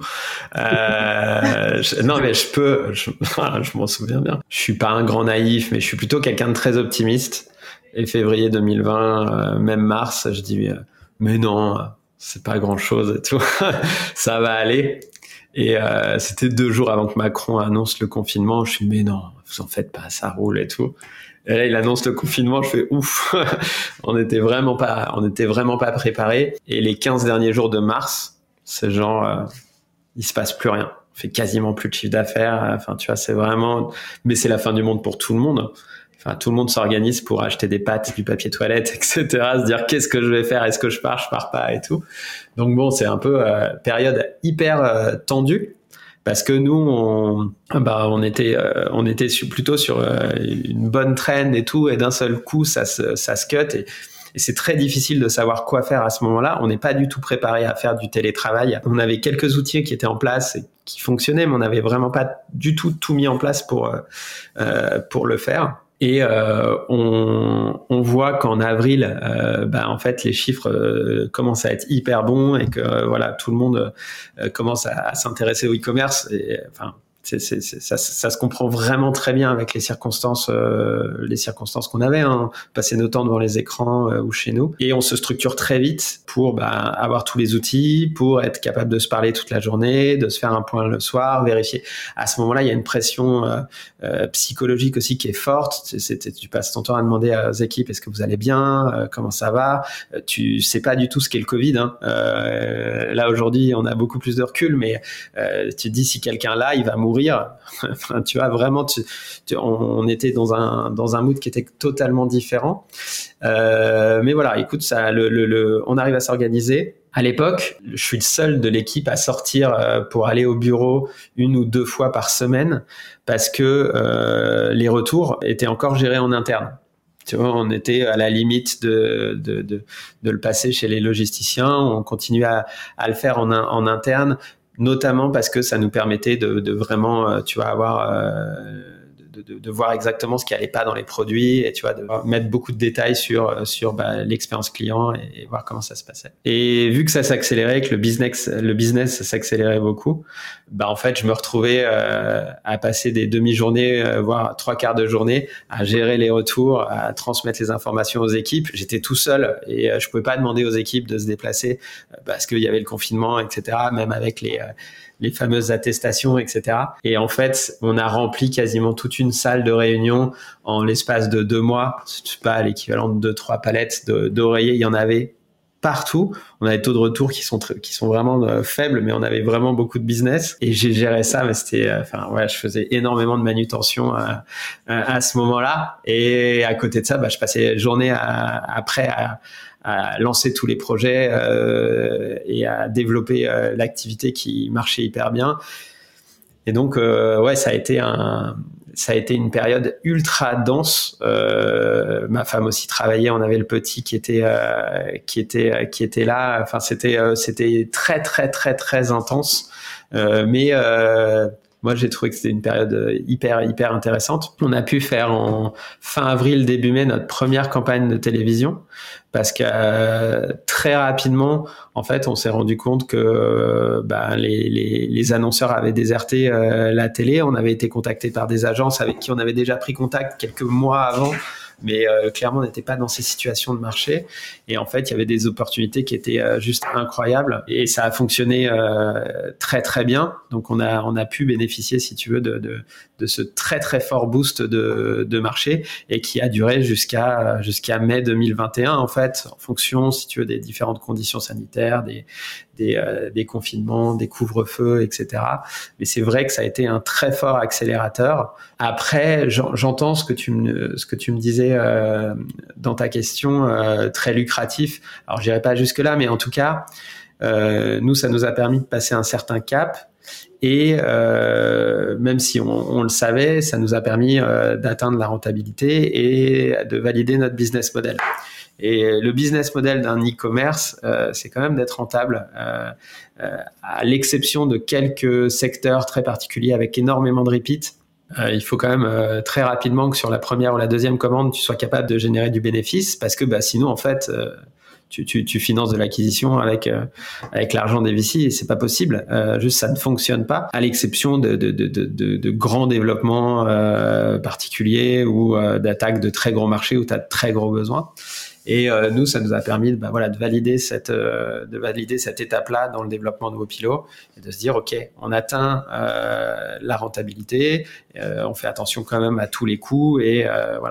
Non, mais je m'en souviens bien. Je suis pas un grand naïf, mais je suis plutôt quelqu'un de très optimiste. Et février 2020, même mars, je dis mais non, c'est pas grand chose et tout. Ça va aller. Et c'était 2 jours avant que Macron annonce le confinement. Je suis mais non, vous en faites pas, ça roule et tout. Et là, il annonce le confinement. Je fais ouf. on était vraiment pas préparés. Et les 15 derniers jours de mars, c'est genre, il se passe plus rien. On fait quasiment plus de chiffre d'affaires. Enfin, tu vois, c'est vraiment, mais c'est la fin du monde pour tout le monde. Enfin, tout le monde s'organise pour acheter des pâtes, du papier toilette, etc. Se dire qu'est-ce que je vais faire, est-ce que je pars pas et tout. Donc bon, c'est un peu période hyper tendue parce que nous on était plutôt sur une bonne trend et tout et d'un seul coup ça se cut Et c'est très difficile de savoir quoi faire à ce moment-là. On n'est pas du tout préparé à faire du télétravail. On avait quelques outils qui étaient en place et qui fonctionnaient, mais on n'avait vraiment pas du tout mis en place pour le faire. Et on voit qu'en avril, en fait, les chiffres commencent à être hyper bons et que voilà, tout le monde commence à s'intéresser au e-commerce. Et enfin, ça se comprend vraiment très bien avec les circonstances qu'on avait, hein, passer nos temps devant les écrans ou chez nous. Et on se structure très vite pour avoir tous les outils, pour être capable de se parler toute la journée, de se faire un point le soir, vérifier. À ce moment-là, il y a une pression psychologique aussi qui est forte. Tu passes ton temps à demander aux équipes est-ce que vous allez bien, comment ça va. Tu sais pas du tout ce qu'est le Covid. Hein. Là aujourd'hui, on a beaucoup plus de recul, mais tu te dis si quelqu'un là, il va mourir. Enfin, tu vois, vraiment, on était dans un mood qui était totalement différent. Mais voilà, écoute, ça, on arrive à s'organiser. À l'époque, je suis le seul de l'équipe à sortir pour aller au bureau 1 ou 2 fois par semaine parce que les retours étaient encore gérés en interne. Tu vois, on était à la limite de le passer chez les logisticiens. On continuait à le faire en interne, notamment parce que ça nous permettait de vraiment, tu vois, avoir de voir exactement ce qui allait pas dans les produits et tu vois, de mettre beaucoup de détails sur l'expérience client et voir comment ça se passait. Et vu que ça s'accélérait, que le business s'accélérait beaucoup, en fait, je me retrouvais à passer des demi-journées, voire 3/4 de journée, à gérer les retours, à transmettre les informations aux équipes. J'étais tout seul et je pouvais pas demander aux équipes de se déplacer parce qu'il y avait le confinement, etc. Même avec les fameuses attestations, etc. Et en fait, on a rempli quasiment toute une salle de réunion en l'espace de 2 mois. C'est pas l'équivalent de 2-3 palettes d'oreillers. Il y en avait partout. On a des taux de retour qui sont vraiment faibles, mais on avait vraiment beaucoup de business. Et j'ai géré ça, mais c'était, je faisais énormément de manutention à ce moment-là. Et à côté de ça, je passais la journée après à lancer tous les projets et à développer l'activité qui marchait hyper bien. Et donc, ça a été une période ultra dense. Ma femme aussi travaillait. On avait le petit qui était là. Enfin, c'était très très très très intense. Mais moi, j'ai trouvé que c'était une période hyper hyper intéressante. On a pu faire en fin avril, début mai notre première campagne de télévision parce que très rapidement, en fait, on s'est rendu compte que les annonceurs avaient déserté la télé. On avait été contacté par des agences avec qui on avait déjà pris contact quelques mois avant. Mais clairement, on n'était pas dans ces situations de marché. Et en fait, il y avait des opportunités qui étaient juste incroyables. Et ça a fonctionné très, très bien. Donc, on a pu bénéficier, si tu veux, de ce très, très fort boost de marché et qui a duré jusqu'à mai 2021, en fait, en fonction, si tu veux, des différentes conditions sanitaires, des confinements, des couvre-feux, etc. Mais c'est vrai que ça a été un très fort accélérateur. Après, j'entends ce que tu me disais dans ta question, très lucratif. Alors, j'irai pas jusque là, mais en tout cas, nous, ça nous a permis de passer un certain cap. Et même si on le savait, ça nous a permis d'atteindre la rentabilité et de valider notre business model. Et le business model d'un e-commerce, c'est quand même d'être rentable, à l'exception de quelques secteurs très particuliers avec énormément de repeat. Il faut quand même très rapidement que sur la première ou la deuxième commande, tu sois capable de générer du bénéfice parce que sinon, en fait, tu finances de l'acquisition avec l'argent des VC et c'est pas possible. Juste, ça ne fonctionne pas, à l'exception de grands développements particuliers ou d'attaques de très gros marchés où tu as de très gros besoins. Et nous, ça nous a permis de valider cette étape-là dans le développement de Wopilo et de se dire, OK, on atteint la rentabilité, on fait attention quand même à tous les coûts et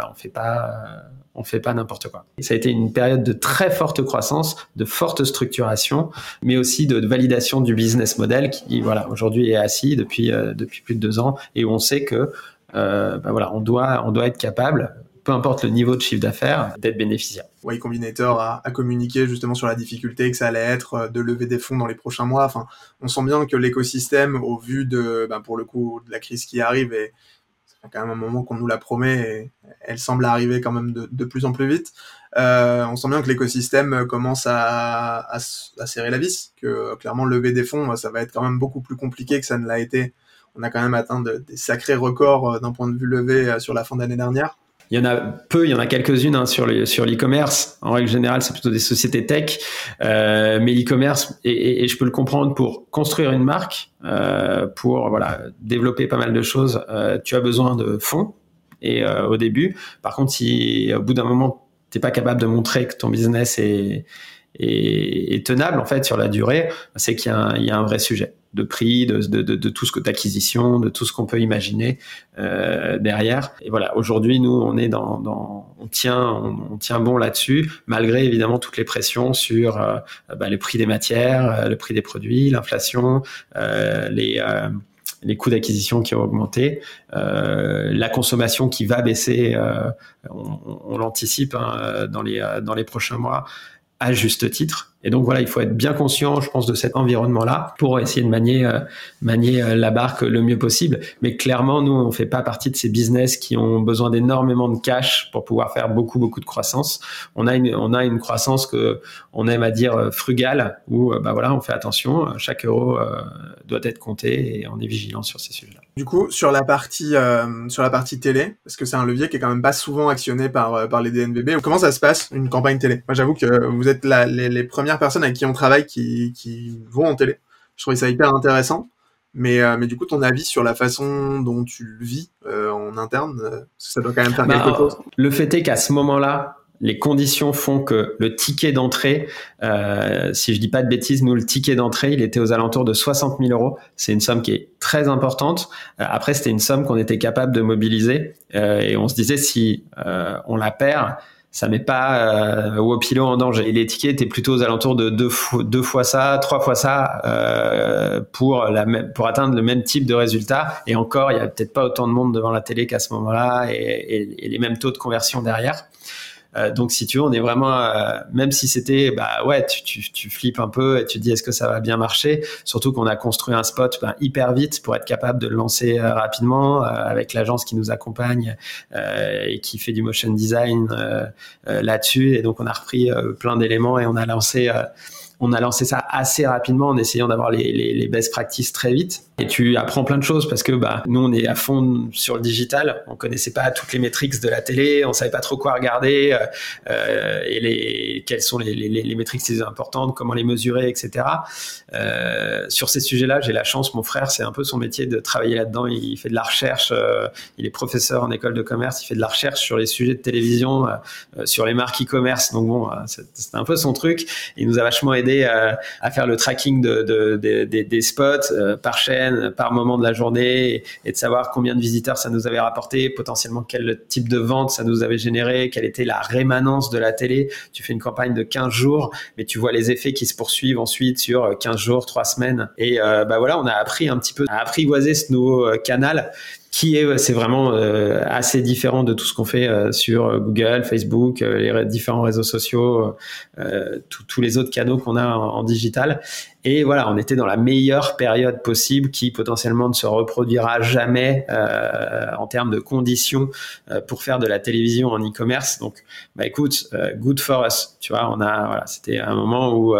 on fait pas n'importe quoi. Et ça a été une période de très forte croissance, de forte structuration, mais aussi de validation du business model qui, aujourd'hui est assis depuis plus de 2 ans et où on sait que, on doit être capable, peu importe le niveau de chiffre d'affaires, d'être bénéficiaire. Y Combinator a communiqué justement sur la difficulté que ça allait être de lever des fonds dans les prochains mois. Enfin, on sent bien que l'écosystème, au vu de, pour le coup, de la crise qui arrive, et ça a quand même un moment qu'on nous la promet et elle semble arriver quand même de plus en plus vite. On sent bien que l'écosystème commence à serrer la vis, que clairement lever des fonds, ça va être quand même beaucoup plus compliqué que ça ne l'a été. On a quand même atteint des sacrés records d'un point de vue levé sur la fin d'année dernière. Il y en a peu, il y en a quelques-unes hein, sur l'e-commerce. En règle générale, c'est plutôt des sociétés tech. Mais l'e-commerce, et je peux le comprendre, pour construire une marque, pour développer pas mal de choses, tu as besoin de fonds. Et au début, par contre, si au bout d'un moment, t'es pas capable de montrer que ton business est tenable en fait sur la durée, c'est qu'il y a un vrai sujet de prix, de tout ce que d'acquisition, de tout ce qu'on peut imaginer derrière. Et voilà, aujourd'hui nous on est on tient bon là-dessus, malgré évidemment toutes les pressions sur le prix des matières, le prix des produits, l'inflation, les coûts d'acquisition qui ont augmenté, la consommation qui va baisser, on l'anticipe hein, dans les prochains mois, à juste titre. Et donc voilà, il faut être bien conscient, je pense, de cet environnement-là pour essayer de manier la barque le mieux possible. Mais clairement, nous, on fait pas partie de ces business qui ont besoin d'énormément de cash pour pouvoir faire beaucoup de croissance. On a une croissance que on aime à dire frugale, où on fait attention, chaque euro doit être compté et on est vigilant sur ces sujets-là. Du coup, sur la partie télé, parce que c'est un levier qui est quand même pas souvent actionné par les DNVB, comment ça se passe une campagne télé? Moi, j'avoue que vous êtes les premières personnes avec qui on travaille qui vont en télé. Je trouvais ça hyper intéressant. Mais du coup, ton avis sur la façon dont tu le vis en interne, ça doit quand même faire quelque chose. Le fait est qu'à ce moment-là, les conditions font que le ticket d'entrée, si je dis pas de bêtises, nous, le ticket d'entrée, il était aux alentours de 60 000 euros. C'est une somme qui est très importante. Après, c'était une somme qu'on était capable de mobiliser. Et on se disait, si on la perd, ça met pas Wopilo en danger. Et les tickets étaient plutôt aux alentours de deux fois ça, 3 fois ça, pour atteindre le même type de résultat. Et encore, il y a peut-être pas autant de monde devant la télé qu'à ce moment-là et les mêmes taux de conversion derrière. Donc si tu veux, on est vraiment, même si c'était, tu flippes un peu et tu te dis est-ce que ça va bien marcher, surtout qu'on a construit un spot hyper vite pour être capable de le lancer rapidement avec l'agence qui nous accompagne et qui fait du motion design là-dessus, et donc on a repris plein d'éléments et on a lancé ça assez rapidement en essayant d'avoir les best practices très vite. Et tu apprends plein de choses parce que nous on est à fond sur le digital, on connaissait pas toutes les métriques de la télé, on savait pas trop quoi regarder et quelles sont les métriques les plus importantes, comment les mesurer, etc. Sur ces sujets-là, j'ai la chance, mon frère, c'est un peu son métier de travailler là-dedans, il fait de la recherche, il est professeur en école de commerce, il fait de la recherche sur les sujets de télévision, sur les marques e-commerce, donc bon, c'est un peu son truc. Il nous a vachement aidé à faire le tracking des spots par chaîne, par moment de la journée, et de savoir combien de visiteurs ça nous avait rapporté, potentiellement quel type de vente ça nous avait généré, quelle était la rémanence de la télé. Tu fais une campagne de 15 jours, mais tu vois les effets qui se poursuivent ensuite sur 15 jours, 3 semaines. Et on a appris un petit peu à apprivoiser ce nouveau canal c'est vraiment assez différent de tout ce qu'on fait sur Google, Facebook, les différents réseaux sociaux, tous les autres canaux qu'on a en digital. Et voilà, on était dans la meilleure période possible qui potentiellement ne se reproduira jamais en termes de conditions pour faire de la télévision en e-commerce. Donc, écoute, good for us. Tu vois, c'était un moment où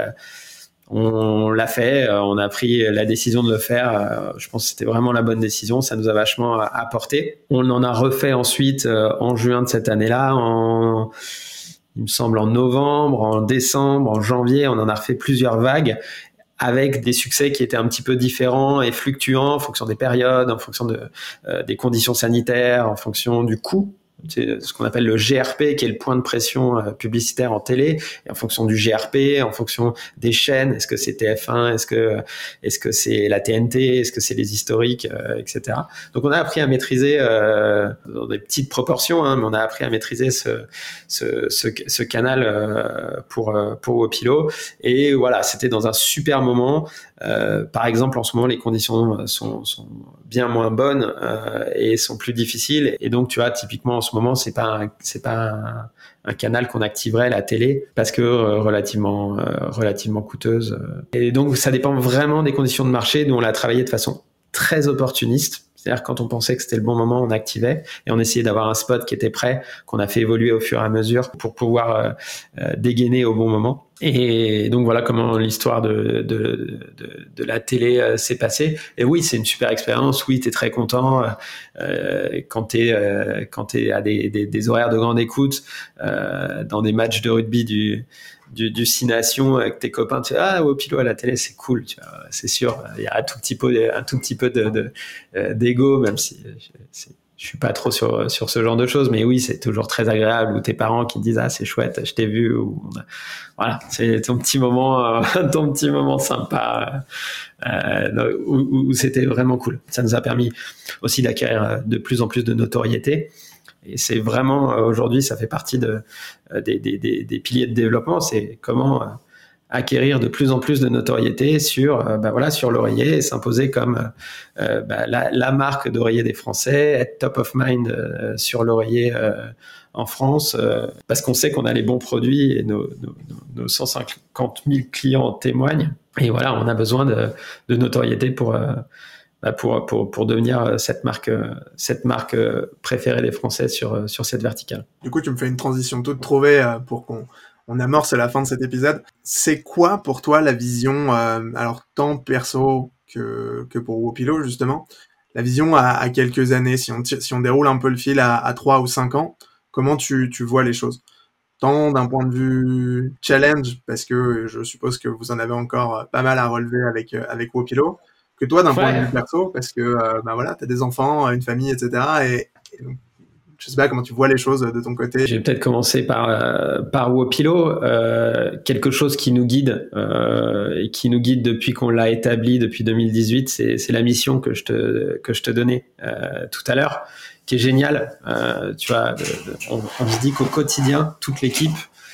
on l'a fait, on a pris la décision de le faire. Je pense que c'était vraiment la bonne décision. Ça nous a vachement apporté. On en a refait ensuite en juin de cette année-là, il me semble en novembre, en décembre, en janvier. On en a refait plusieurs vagues avec des succès qui étaient un petit peu différents et fluctuants en fonction des périodes, en fonction des conditions sanitaires, en fonction du coût. C'est ce qu'on appelle le GRP, qui est le point de pression publicitaire en télé, et en fonction du GRP, en fonction des chaînes, est-ce que c'est TF1, est-ce que c'est la TNT, est-ce que c'est les historiques, etc. Donc on a appris à maîtriser dans des petites proportions, mais on a appris à maîtriser ce canal pour Wopilo, et voilà, c'était dans un super moment. Par exemple, en ce moment, les conditions sont bien moins bonnes et sont plus difficiles. Et donc, tu vois, typiquement, en ce moment, c'est pas un canal qu'on activerait la télé parce que relativement coûteuse. Et donc, ça dépend vraiment des conditions de marché. Nous, on l'a travaillé de façon très opportuniste. C'est-à-dire quand on pensait que c'était le bon moment, on activait et on essayait d'avoir un spot qui était prêt, qu'on a fait évoluer au fur et à mesure pour pouvoir dégainer au bon moment. Et donc voilà comment l'histoire de la télé s'est passée. Et oui, c'est une super expérience. Oui, t'es très content quand t'es à des horaires de grande écoute dans des matchs de rugby du Six Nations avec tes copains. Tu dis Wopilo à la télé, c'est cool. Tu vois, c'est sûr. Il y a un tout petit peu d'ego, même si je suis pas trop sur ce genre de choses, mais oui, c'est toujours très agréable. Ou tes parents qui te disent c'est chouette, je t'ai vu. Voilà, c'est ton petit moment sympa où c'était vraiment cool. Ça nous a permis aussi d'acquérir de plus en plus de notoriété. Et c'est vraiment aujourd'hui, ça fait partie des piliers de développement. C'est comment acquérir de plus en plus de notoriété sur l'oreiller et s'imposer comme la marque d'oreiller des Français, être top of mind sur l'oreiller en France, parce qu'on sait qu'on a les bons produits et nos 150 000 clients en témoignent. Et voilà, on a besoin de notoriété pour devenir cette marque préférée des Français sur cette verticale. Du coup, tu me fais une transition toute trouvée pour qu'on amorce à la fin de cet épisode. C'est quoi pour toi la vision, alors tant perso que pour Wopilo justement, la vision à quelques années, si on déroule un peu le fil à 3 ou 5 ans, comment tu vois les choses? Tant d'un point de vue challenge, parce que je suppose que vous en avez encore pas mal à relever avec Wopilo, que toi d'un point de vue perso, parce que t'as des enfants, une famille, etc. Et donc, je sais pas comment tu vois les choses de ton côté. Je vais peut-être commencer par Wopilo, quelque chose qui nous guide et qui nous guide depuis qu'on l'a établi depuis 2018. C'est la mission que je te donnais tout à l'heure, qui est géniale. Tu vois, on se dit qu'au quotidien, toute l'équipe,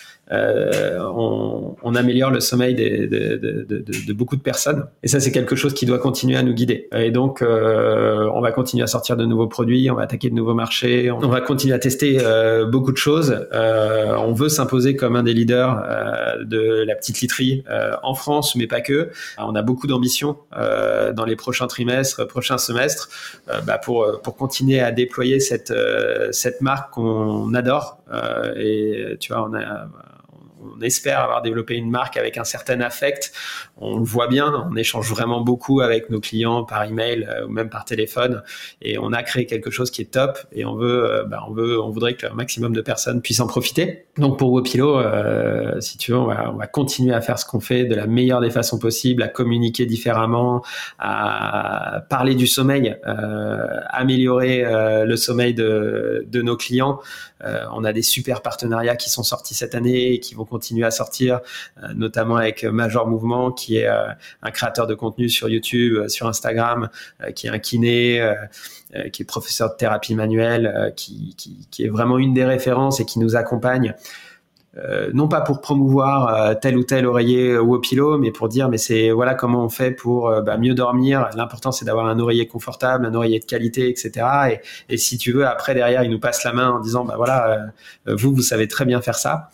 on améliore le sommeil de beaucoup de personnes. Et ça, c'est quelque chose qui doit continuer à nous guider. Et donc, on va continuer à sortir de nouveaux produits, on va attaquer de nouveaux marchés, on va continuer à tester beaucoup de choses. On veut s'imposer comme un des leaders de la petite literie en France, mais pas que. On a beaucoup d'ambition dans les prochains trimestres, prochains semestres, pour continuer à déployer cette marque qu'on adore. Et tu vois, on espère avoir développé une marque avec un certain affect. On le voit bien, on échange vraiment beaucoup avec nos clients par email ou même par téléphone, et on a créé quelque chose qui est top. Et on voudrait que un maximum de personnes puissent en profiter. Donc pour Wopilo, si tu veux, on va continuer à faire ce qu'on fait de la meilleure des façons possibles, à communiquer différemment, à parler du sommeil, améliorer le sommeil de nos clients. On a des super partenariats qui sont sortis cette année et qui vont continuer à sortir, notamment avec Major Mouvement, qui est un créateur de contenu sur YouTube, sur Instagram, qui est un kiné, qui est professeur de thérapie manuelle, qui est vraiment une des références et qui nous accompagne. Non pas pour promouvoir tel ou tel oreiller Wopilo, mais pour dire voilà comment on fait pour mieux dormir. L'important, c'est d'avoir un oreiller confortable, un oreiller de qualité, etc. Et si tu veux, après derrière, il nous passe la main en disant vous savez très bien faire ça.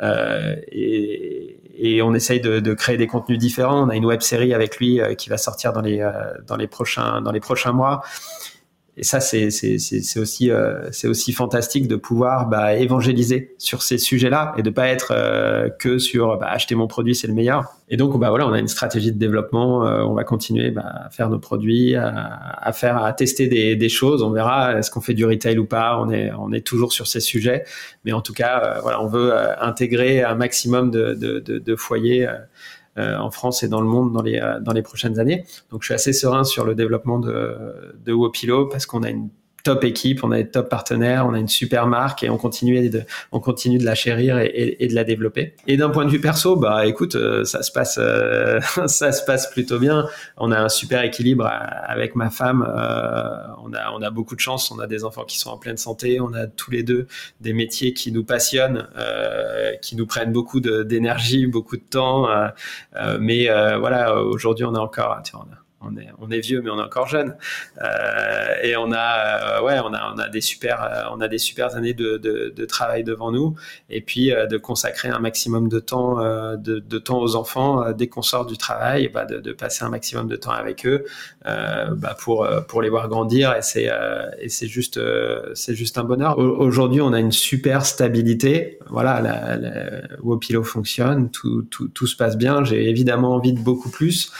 Et on essaye de créer des contenus différents. On a une web série avec lui qui va sortir dans les prochains mois. Et ça, c'est aussi fantastique de pouvoir évangéliser sur ces sujets-là et de pas être que sur acheter mon produit, c'est le meilleur. Et donc on a une stratégie de développement. On va continuer à faire nos produits, à tester des choses. On verra est-ce qu'on fait du retail ou pas. On est toujours sur ces sujets, mais en tout cas on veut intégrer un maximum de foyers en France et dans le monde dans les prochaines années. Donc je suis assez serein sur le développement de Wopilo parce qu'on a une top équipe, on a des top partenaires, on a une super marque et on continue de la chérir et de la développer. Et d'un point de vue perso, écoute, ça se passe plutôt bien. On a un super équilibre avec ma femme. On a beaucoup de chance. On a des enfants qui sont en pleine santé. On a tous les deux des métiers qui nous passionnent, qui nous prennent beaucoup d'énergie, beaucoup de temps. Mais aujourd'hui, on a encore, on est vieux, mais on est encore jeune. Et on a des super années de travail devant nous. Et puis, de consacrer un maximum de temps aux enfants dès qu'on sort du travail, de passer un maximum de temps avec eux, pour les voir grandir. Et c'est juste un bonheur. Aujourd'hui, on a une super stabilité. Voilà, Wopilo fonctionne, tout se passe bien. J'ai évidemment envie de beaucoup plus.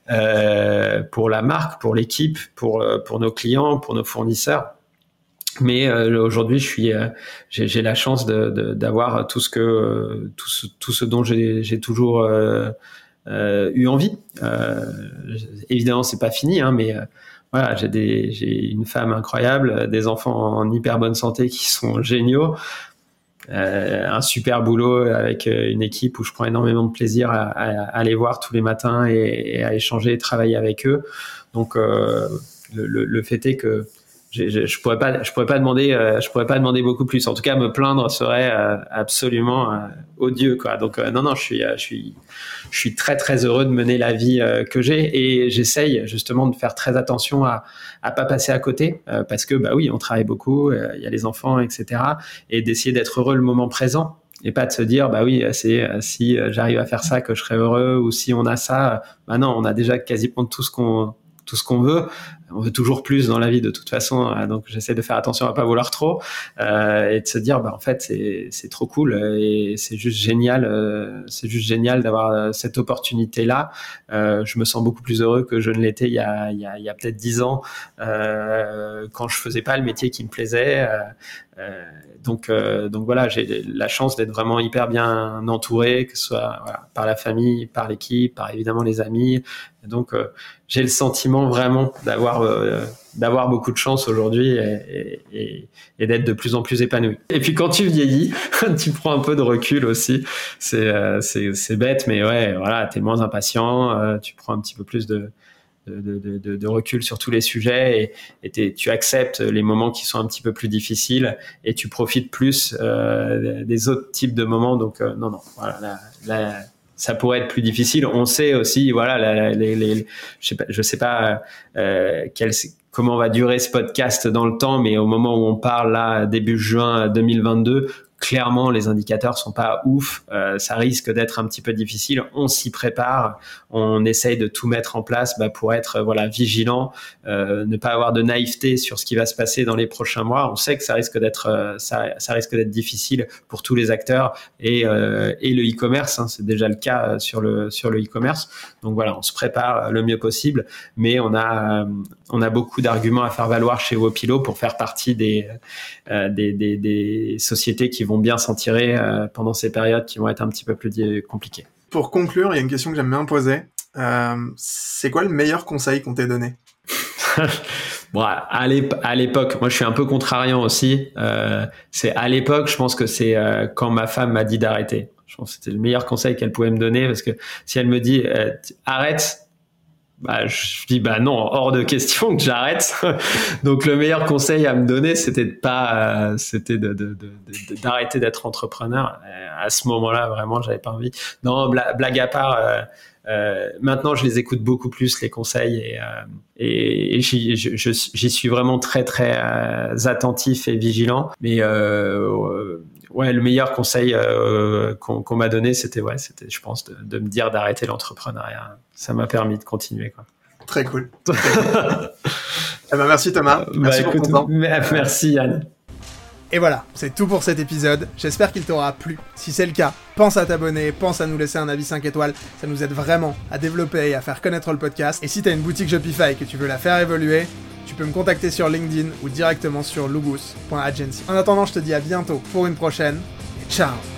Pour la marque, pour l'équipe, pour nos clients, pour nos fournisseurs. Mais aujourd'hui, j'ai la chance d'avoir tout ce dont j'ai toujours eu envie. Évidemment, c'est pas fini, hein, mais voilà, j'ai une femme incroyable, des enfants en hyper bonne santé qui sont géniaux. Un super boulot avec une équipe où je prends énormément de plaisir à les voir tous les matins et à échanger et travailler avec eux. Donc le fait est que je pourrais pas demander beaucoup plus. En tout cas, me plaindre serait absolument odieux, quoi. Donc non, je suis très très heureux de mener la vie que j'ai, et j'essaye justement de faire très attention à pas passer à côté, parce que oui, on travaille beaucoup, il y a les enfants, etc., et d'essayer d'être heureux le moment présent. Et pas de se dire, oui, c'est si j'arrive à faire ça que je serai heureux, ou si on a ça, non, on a déjà quasiment tout ce qu'on veut. On veut toujours plus dans la vie de toute façon, donc j'essaie de faire attention à pas vouloir trop, et de se dire en fait c'est trop cool, et c'est juste génial d'avoir cette opportunité là. Je me sens beaucoup plus heureux que je ne l'étais il y a peut-être 10 ans, quand je faisais pas le métier qui me plaisait. Donc voilà, j'ai la chance d'être vraiment hyper bien entouré, que ce soit par la famille, par l'équipe, par évidemment les amis. Et donc j'ai le sentiment vraiment d'avoir beaucoup de chance aujourd'hui, et d'être de plus en plus épanoui. Et puis quand tu vieillis, tu prends un peu de recul aussi. C'est bête, mais ouais, voilà, t'es moins impatient, tu prends un petit peu plus de recul sur tous les sujets, et tu acceptes les moments qui sont un petit peu plus difficiles, et tu profites plus des autres types de moments. Donc non, voilà, ça pourrait être plus difficile. On sait aussi, voilà, je sais pas comment va durer ce podcast dans le temps, mais au moment où on parle là, début juin 2022, clairement, les indicateurs sont pas ouf. Ça risque d'être un petit peu difficile. On s'y prépare. On essaye de tout mettre en place pour être vigilant, ne pas avoir de naïveté sur ce qui va se passer dans les prochains mois. On sait que ça risque d'être difficile pour tous les acteurs, et le e-commerce, hein, c'est déjà le cas sur le e-commerce. Donc voilà, on se prépare le mieux possible, mais on a beaucoup d'arguments à faire valoir chez Wopilo pour faire partie des sociétés qui vont bien s'en tirer pendant ces périodes qui vont être un petit peu plus compliquées. Pour conclure, il y a une question que j'aime bien poser. C'est quoi le meilleur conseil qu'on t'ait donné? À l'époque, moi je suis un peu contrariant aussi. C'est à l'époque, je pense que c'est quand ma femme m'a dit d'arrêter. Je pense que c'était le meilleur conseil qu'elle pouvait me donner, parce que si elle me dit arrête, je dis non, hors de question que j'arrête. Donc le meilleur conseil à me donner, c'était d'arrêter d'être entrepreneur. À ce moment-là, vraiment, j'avais pas envie. Non, blague à part, maintenant je les écoute beaucoup plus, les conseils, et j'y suis vraiment très très attentif et vigilant. Mais le meilleur conseil qu'on m'a donné, c'était je pense de me dire d'arrêter l'entrepreneuriat. Ça m'a permis de continuer, quoi. Très cool. Merci Thomas. Merci pour ton temps. Merci Yann. Et voilà, c'est tout pour cet épisode. J'espère qu'il t'aura plu. Si c'est le cas, pense à t'abonner, pense à nous laisser un avis 5 étoiles. Ça nous aide vraiment à développer et à faire connaître le podcast. Et si t'as une boutique Shopify et que tu veux la faire évoluer, tu peux me contacter sur LinkedIn ou directement sur lugus.agency. En attendant, je te dis à bientôt pour une prochaine, et ciao!